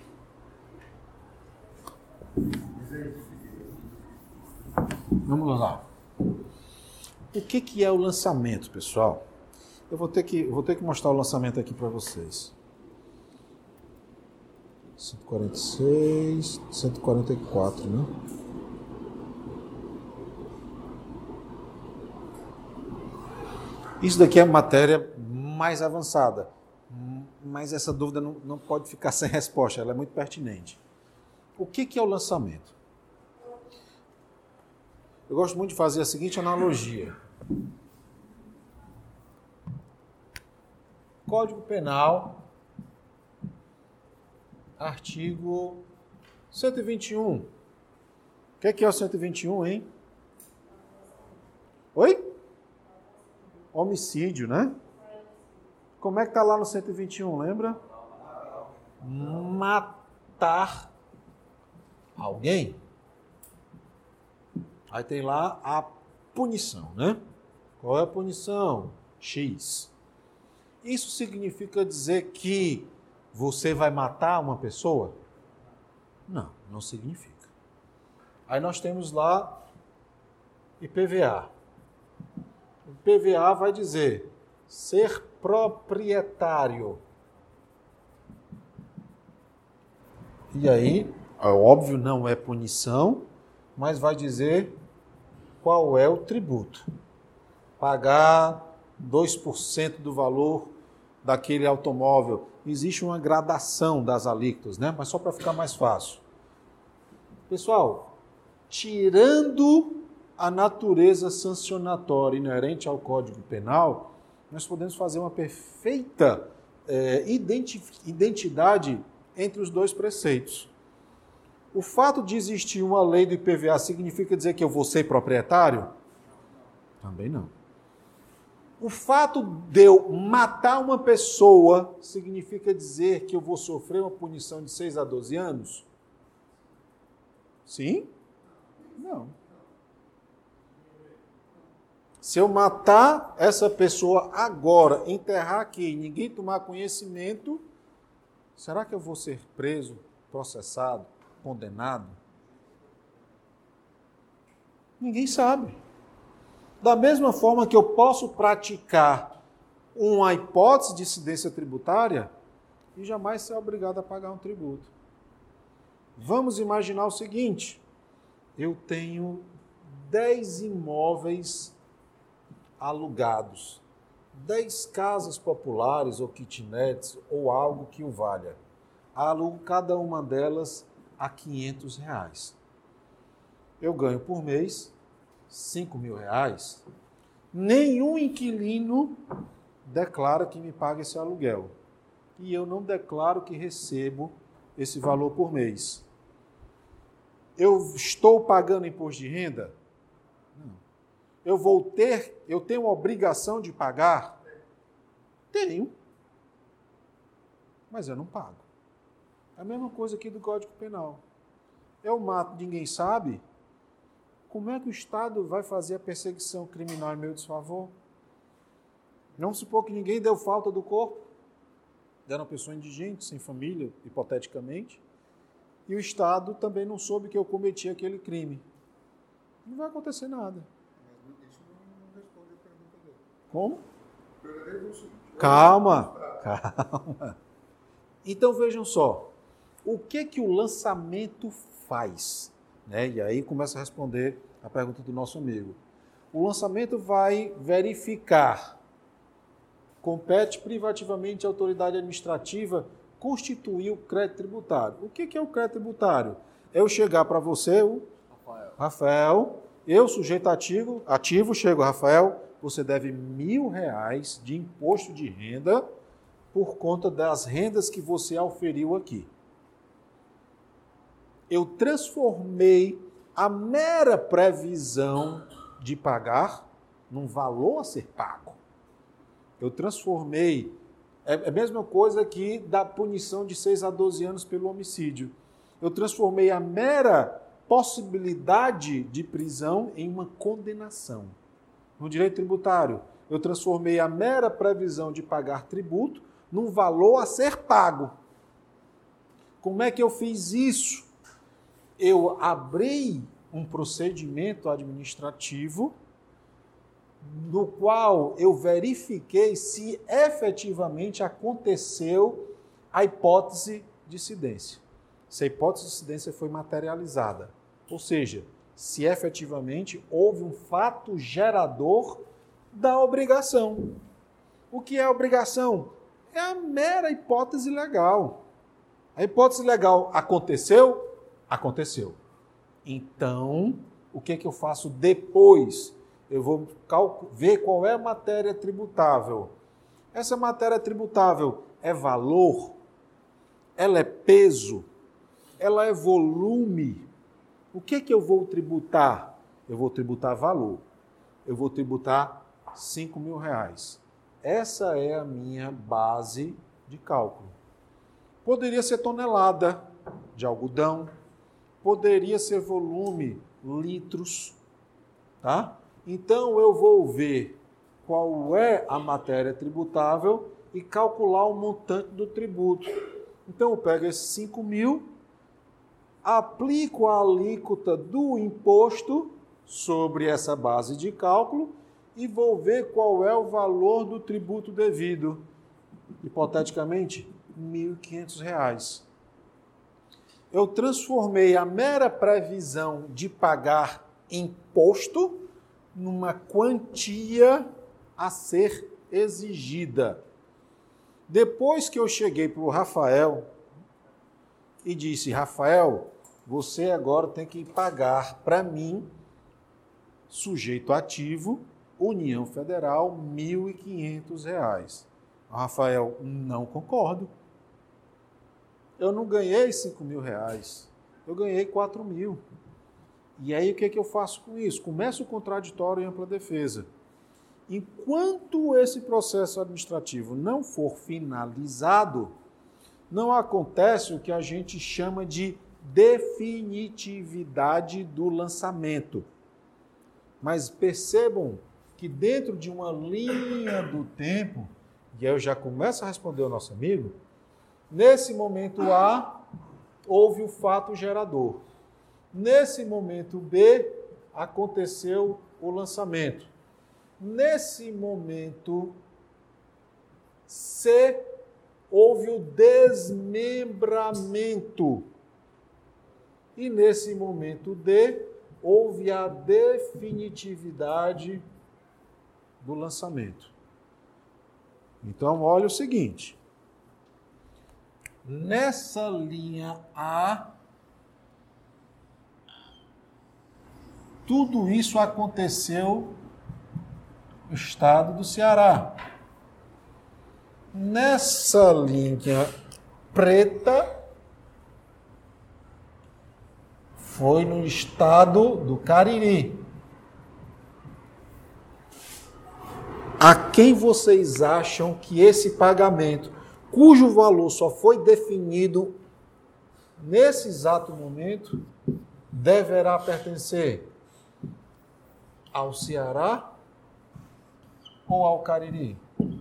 Speaker 2: Vamos lá. O que, que é o lançamento, pessoal? Eu vou ter que, vou ter que mostrar o lançamento aqui para vocês. cento e quarenta e seis, cento e quarenta e quatro, né? Isso daqui é matéria mais avançada, mas essa dúvida não, não pode ficar sem resposta, ela é muito pertinente. O que, que é o lançamento? Eu gosto muito de fazer a seguinte analogia. Código Penal, artigo cento e vinte e um. O que é, que é o cento e vinte e um, hein? Oi? Homicídio, né? Como é que está lá no cento e vinte e um, lembra? Matar alguém. Aí tem lá a punição, né? Qual é a punição? X. Isso significa dizer que você vai matar uma pessoa? Não, não significa. Aí nós temos lá I P V A. O I P V A vai dizer ser proprietário. E aí, é óbvio, não é punição, mas vai dizer qual é o tributo. Pagar dois por cento do valor daquele automóvel. Existe uma gradação das alíquotas, né? Mas só para ficar mais fácil. Pessoal, tirando a natureza sancionatória inerente ao Código Penal, nós podemos fazer uma perfeita é, identidade entre os dois preceitos. O fato de existir uma lei do I P V A significa dizer que eu vou ser proprietário? Também não. O fato de eu matar uma pessoa significa dizer que eu vou sofrer uma punição de seis a doze anos? Sim? Não. Se eu matar essa pessoa agora, enterrar aqui e ninguém tomar conhecimento, será que eu vou ser preso, processado, condenado? Ninguém sabe. Da mesma forma que eu posso praticar uma hipótese de incidência tributária e jamais ser obrigado a pagar um tributo. Vamos imaginar o seguinte: eu tenho dez imóveis alugados, dez casas populares ou kitnets ou algo que o valha. Alugo cada uma delas a quinhentos reais. Eu ganho por mês cinco mil reais. Nenhum inquilino declara que me paga esse aluguel. E eu não declaro que recebo esse valor por mês. Eu estou pagando imposto de renda? Não. Eu vou ter, eu tenho a obrigação de pagar? Tenho. mas eu não pago. É a mesma coisa aqui do Código Penal. Eu mato, ninguém sabe. Como é que o Estado vai fazer a perseguição criminal em meu desfavor? Vamos supor que ninguém deu falta do corpo, era uma pessoa indigente, sem família, hipoteticamente, e o Estado também não soube que eu cometi aquele crime. Não vai acontecer nada.
Speaker 5: Mas isso não responde a pergunta dele.
Speaker 2: Como?
Speaker 5: A pergunta dele é o seguinte.
Speaker 2: Calma, calma. Então vejam só, o que que o lançamento faz? Né? E aí começa a responder a pergunta do nosso amigo. O lançamento vai verificar, compete privativamente à autoridade administrativa constituir o crédito tributário. O que que é o crédito tributário? É eu chegar para você, o
Speaker 3: Rafael.
Speaker 2: Rafael, eu, sujeito ativo, ativo, chego, Rafael, você deve mil reais de imposto de renda por conta das rendas que você auferiu aqui. Eu transformei a mera previsão de pagar num valor a ser pago. Eu transformei, é a mesma coisa que da punição de seis a doze anos pelo homicídio. Eu transformei a mera possibilidade de prisão em uma condenação. No direito tributário, eu transformei a mera previsão de pagar tributo num valor a ser pago. Como é que eu fiz isso? Eu abri um procedimento administrativo no qual eu verifiquei se efetivamente aconteceu a hipótese de incidência. Se a hipótese de incidência foi materializada. Ou seja, se efetivamente houve um fato gerador da obrigação. O que é a obrigação? É a mera hipótese legal. A hipótese legal aconteceu? Aconteceu. Então, o que é que eu faço depois? Eu vou ver qual é a matéria tributável. Essa matéria tributável é valor? Ela é peso? Ela é volume? O que é que eu vou tributar? Eu vou tributar valor. Eu vou tributar cinco mil reais. Essa é a minha base de cálculo. Poderia ser tonelada de algodão, poderia ser volume, litros, tá? Então eu vou ver qual é a matéria tributável e calcular o montante do tributo. Então eu pego esses cinco mil, aplico a alíquota do imposto sobre essa base de cálculo e vou ver qual é o valor do tributo devido. Hipoteticamente, mil e quinhentos reais. Eu transformei a mera previsão de pagar imposto numa quantia a ser exigida. Depois que eu cheguei para o Rafael e disse, Rafael, você agora tem que pagar para mim, sujeito ativo, União Federal, mil e quinhentos reais. Rafael, não concordo. Eu não ganhei cinco mil reais, eu ganhei quatro mil. E aí o que, é que eu faço com isso? Começa o contraditório em ampla defesa. Enquanto esse processo administrativo não for finalizado, não acontece o que a gente chama de definitividade do lançamento. Mas percebam que dentro de uma linha do tempo, e aí eu já começo a responder ao nosso amigo, nesse momento A, houve o fato gerador. Nesse momento B, aconteceu o lançamento. Nesse momento C, houve o desmembramento. E nesse momento D, houve a definitividade do lançamento. Então, olha o seguinte. Nessa linha A, tudo isso aconteceu no estado do Ceará. Nessa linha preta, foi no estado do Cariri. A quem vocês acham que esse pagamento cujo valor só foi definido nesse exato momento, deverá pertencer ao Ceará ou ao Cariri?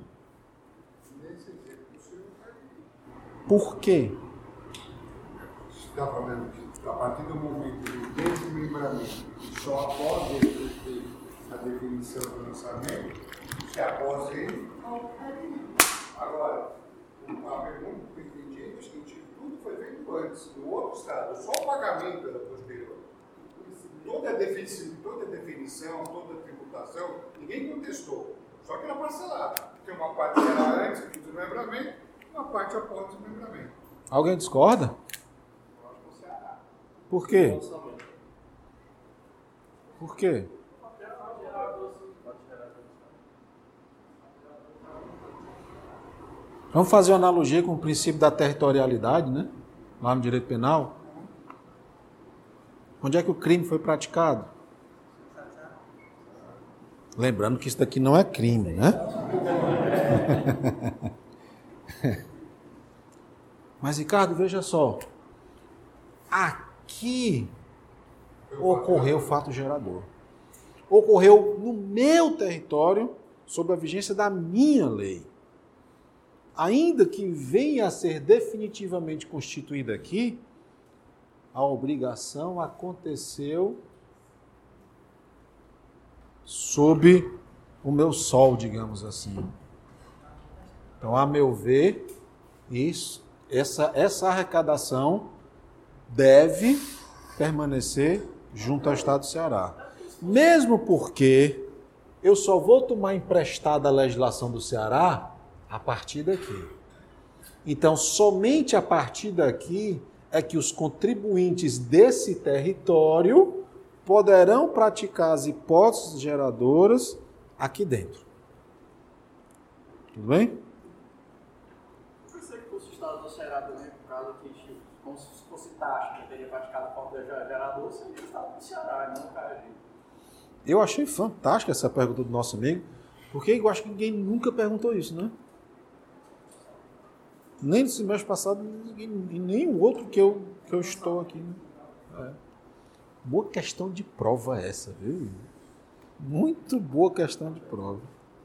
Speaker 2: Por quê?
Speaker 5: Está falando que a partir do momento do desmembramento, só após ele ter a definição do lançamento, se após ele, agora, a pergunta que eu entendi é o seguinte: tudo foi feito antes, no outro estado, só o pagamento era posterior. Toda a definição, toda a definição, toda a tributação, ninguém contestou, só que era parcelado. Tem uma parte que era antes do desmembramento, uma parte após o desmembramento.
Speaker 2: Alguém discorda? Por quê? Por quê? Vamos fazer uma analogia com o princípio da territorialidade, né? Lá no direito penal. Onde é que o crime foi praticado? Lembrando que isso daqui não é crime, né? Mas, Ricardo, veja só. Aqui ocorreu o fato gerador. Ocorreu no meu território, sob a vigência da minha lei. Ainda que venha a ser definitivamente constituída aqui, a obrigação aconteceu sob o meu sol, digamos assim. Então, a meu ver, isso, essa, essa arrecadação deve permanecer junto ao Estado do Ceará. Mesmo porque eu só vou tomar emprestada a legislação do Ceará a partir daqui. Então, somente a partir daqui é que os contribuintes desse território poderão praticar as hipóteses geradoras aqui dentro. Tudo bem?
Speaker 3: Eu pensei que fosse o Estado do Ceará também, por causa que, como se fosse taxa, que teria praticado a falta de gerador, seria o Estado do Ceará, não o Cariri.
Speaker 2: Eu achei fantástica essa pergunta do nosso amigo, porque eu acho que ninguém nunca perguntou isso, né? Nem no semestre passado, e nem o outro que eu, que eu estou aqui. Né? É. Boa questão de prova essa, viu? Muito boa questão de prova.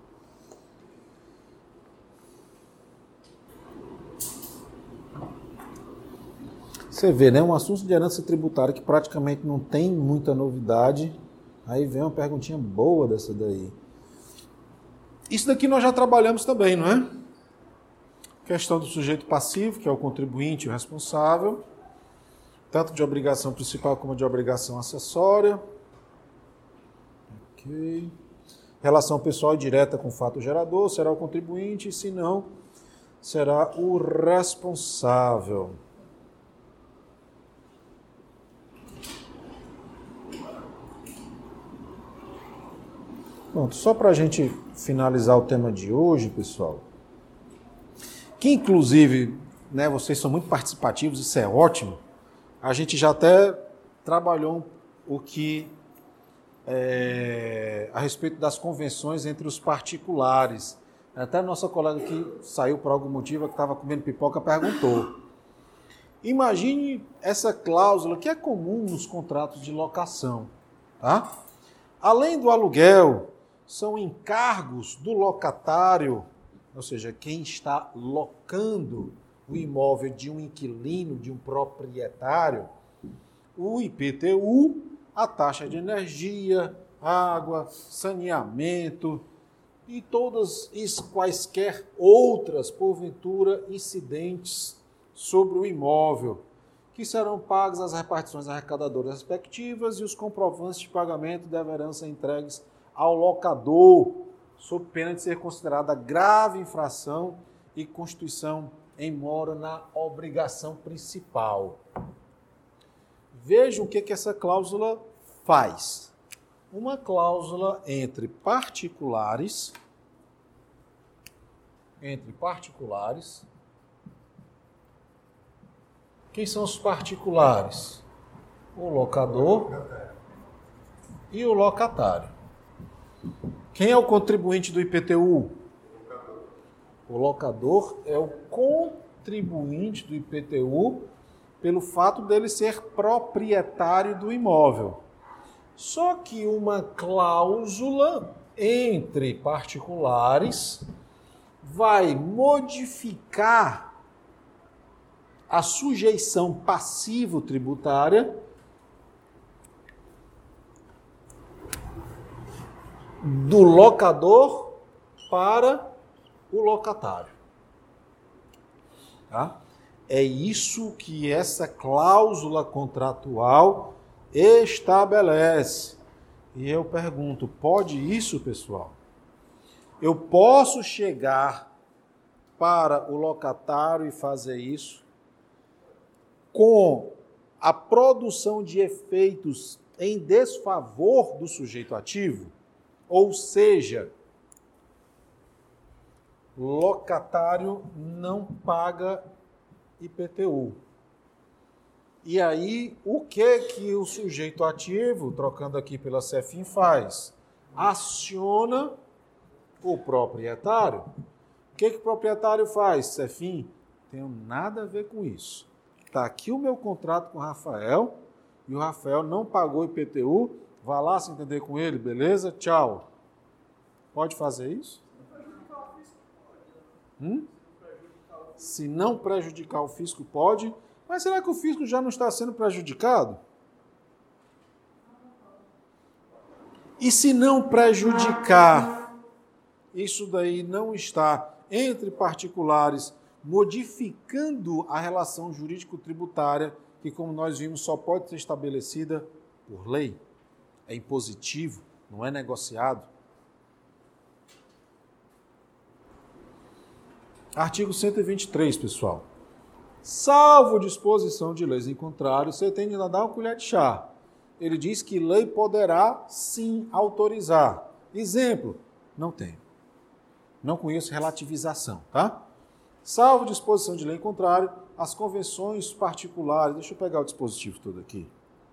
Speaker 2: Você vê, né? Um assunto de herança tributária que praticamente não tem muita novidade. Aí vem uma perguntinha boa dessa daí. Isso daqui nós já trabalhamos também, não é? Questão do sujeito passivo, que é o contribuinte e o responsável, tanto de obrigação principal como de obrigação acessória. Ok. Relação pessoal e direta com o fato gerador, será o contribuinte, e se não, será o responsável. Pronto, só para a gente finalizar o tema de hoje, pessoal, que inclusive, né, vocês são muito participativos, isso é ótimo, a gente já até trabalhou o que é, a respeito das convenções entre os particulares. Até a nossa colega que saiu por algum motivo, que estava comendo pipoca, perguntou. Imagine essa cláusula que é comum nos contratos de locação, tá? Além do aluguel, são encargos do locatário, ou seja, quem está locando o imóvel de um inquilino, de um proprietário, o I P T U, a taxa de energia, água, saneamento e todas e quaisquer outras, porventura, incidentes sobre o imóvel, que serão pagas as repartições arrecadadoras respectivas e os comprovantes de pagamento deverão ser entregues ao locador, sob pena de ser considerada grave infração e constituição em mora na obrigação principal. Vejam o que, que essa cláusula faz. Uma cláusula entre particulares, entre particulares. Quem são os particulares? O locador e o locatário. Quem é o contribuinte do I P T U? O locador é o contribuinte do I P T U pelo fato dele ser proprietário do imóvel. Só que uma cláusula entre particulares vai modificar a sujeição passivo-tributária do locador para o locatário. Tá? É isso que essa cláusula contratual estabelece. E eu pergunto, pode isso, pessoal? Eu posso chegar para o locatário e fazer isso com a produção de efeitos em desfavor do sujeito ativo? Ou seja, locatário não paga I P T U. E aí, o que que o sujeito ativo, trocando aqui pela Cefim, faz? Aciona o proprietário. O que que o proprietário faz? Cefim, tenho nada a ver com isso. Está aqui o meu contrato com o Rafael, e o Rafael não pagou I P T U, vá lá se entender com ele, beleza? Tchau. Pode fazer isso? Hum? Se não prejudicar o fisco, pode. Mas será que o fisco já não está sendo prejudicado? E se não prejudicar, isso daí não está entre particulares, modificando a relação jurídico-tributária, que, como nós vimos, só pode ser estabelecida por lei. É impositivo, não é negociado. Artigo cento e vinte e três, pessoal. Salvo disposição de leis em contrário, você tem de dar uma colher de chá. Ele diz que lei poderá, sim, autorizar. Exemplo, não tem. Não conheço relativização, tá? Salvo disposição de lei em contrário, as convenções particulares... Deixa eu pegar o dispositivo todo aqui.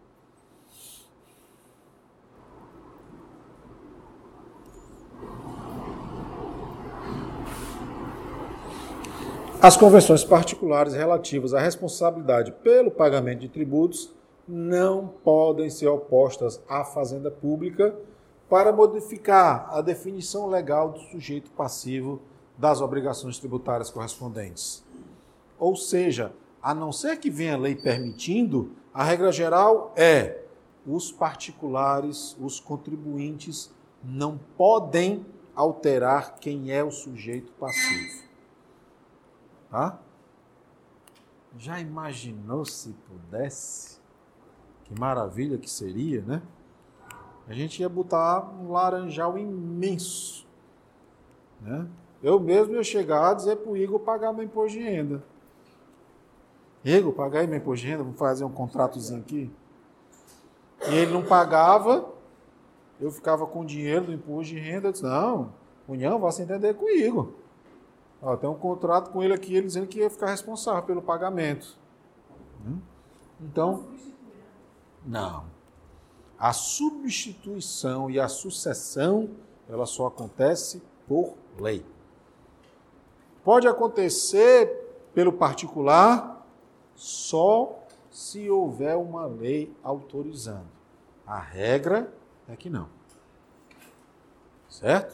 Speaker 2: As convenções particulares relativas à responsabilidade pelo pagamento de tributos não podem ser opostas à fazenda pública para modificar a definição legal do sujeito passivo das obrigações tributárias correspondentes. Ou seja, a não ser que venha a lei permitindo, a regra geral é os particulares, os contribuintes, não podem alterar quem é o sujeito passivo. Tá? Já imaginou se pudesse? Que maravilha que seria, né? A gente ia botar um laranjal imenso, né? Eu mesmo ia chegar a dizer para o Igor pagar meu imposto de renda. Igor, pagar aí meu imposto de renda, vamos fazer um contratozinho aqui. E ele não pagava, eu ficava com o dinheiro do imposto de renda, eu disse, não, União, vai se entender com o Igor. Ó, tem um contrato com ele aqui, ele dizendo que ia ficar responsável pelo pagamento. Então, não. A substituição e a sucessão, ela só acontece por lei. Pode acontecer pelo particular só se houver uma lei autorizando. A regra é que não. Certo?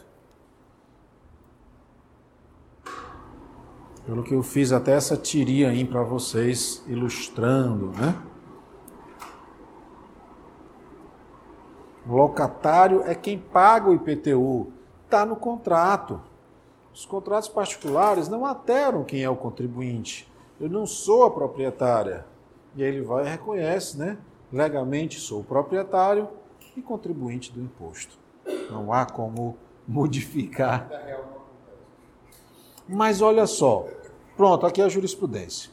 Speaker 2: Pelo que eu fiz até essa tirinha aí para vocês, ilustrando, né? O locatário é quem paga o I P T U. Está no contrato. Os contratos particulares não alteram quem é o contribuinte. Eu não sou a proprietária. E aí ele vai e reconhece, né? Legalmente sou o proprietário e contribuinte do imposto. Não há como modificar. Mas olha só, pronto, aqui é a jurisprudência.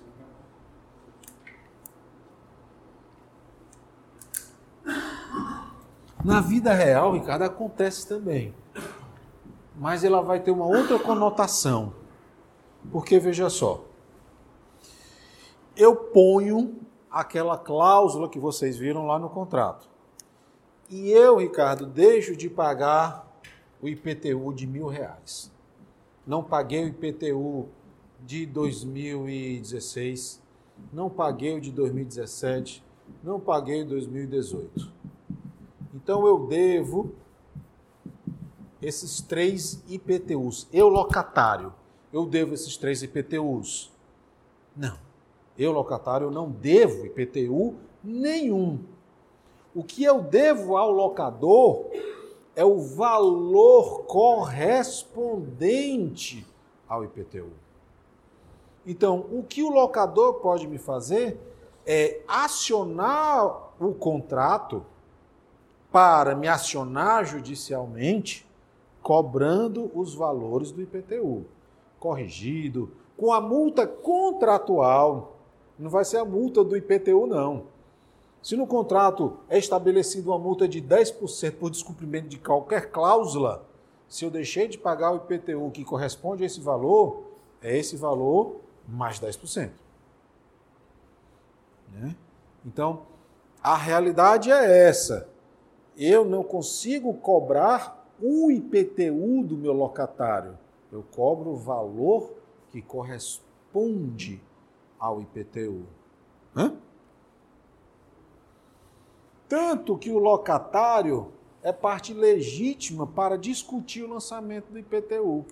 Speaker 2: Na vida real, Ricardo, acontece também. Mas ela vai ter uma outra conotação. Porque, veja só, eu ponho aquela cláusula que vocês viram lá no contrato. E eu, Ricardo, deixo de pagar o I P T U de mil reais. não paguei o I P T U de dois mil e dezesseis, não paguei o de dois mil e dezessete, não paguei o de dois mil e dezoito. Então eu devo esses três I P T Us. Eu, locatário, eu devo esses três I P T Us? Não. Eu, locatário, não devo I P T U nenhum. O que eu devo ao locador é o valor correspondente ao I P T U. Então, o que o locador pode me fazer é acionar o contrato para me acionar judicialmente, cobrando os valores do I P T U, corrigido, com a multa contratual. Não vai ser a multa do I P T U, não. Se no contrato é estabelecida uma multa de dez por cento por descumprimento de qualquer cláusula, se eu deixei de pagar o I P T U que corresponde a esse valor, é esse valor mais dez por cento. Né? Então, a realidade é essa. Eu não consigo cobrar o I P T U do meu locatário. Eu cobro o valor que corresponde ao I P T U. Hã? Tanto que o locatário é parte legítima para discutir o lançamento do I P T U.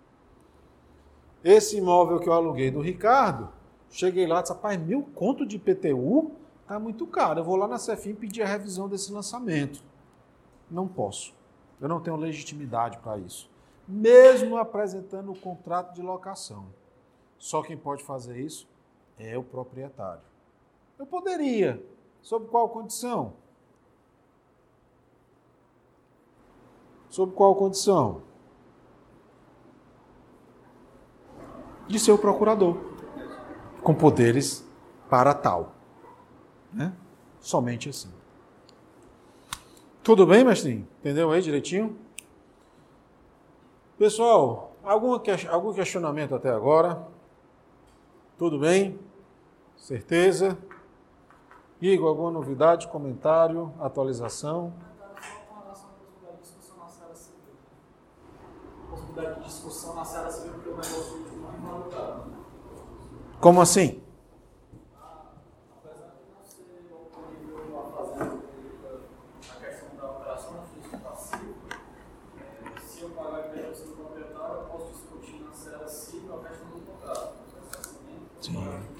Speaker 2: Esse imóvel que eu aluguei do Ricardo, cheguei lá e disse, rapaz, mil conto de I P T U está muito caro. Eu vou lá na Cefim pedir a revisão desse lançamento. Não posso. Eu não tenho legitimidade para isso. Mesmo apresentando o contrato de locação. Só quem pode fazer isso é o proprietário. Eu poderia. Sob qual condição? Sob qual condição? De ser o procurador, com poderes para tal. Né? Somente assim. Tudo bem, mestrinho? Entendeu aí direitinho? Pessoal, algum, algum questionamento até agora? Tudo bem? Certeza? Igor, alguma novidade, comentário, atualização?
Speaker 3: Com relação à possibilidade de discussão na Seara Civil. Possibilidade de discussão na Seara Civil, porque o negócio último não é validado.
Speaker 2: Como assim?
Speaker 3: Apesar de não ser ocorrível a fazer a questão da operação física passiva, é, se eu pagar a impedimento do proprietário, eu posso discutir na Seara Civil a questão do contrato.
Speaker 2: Sim.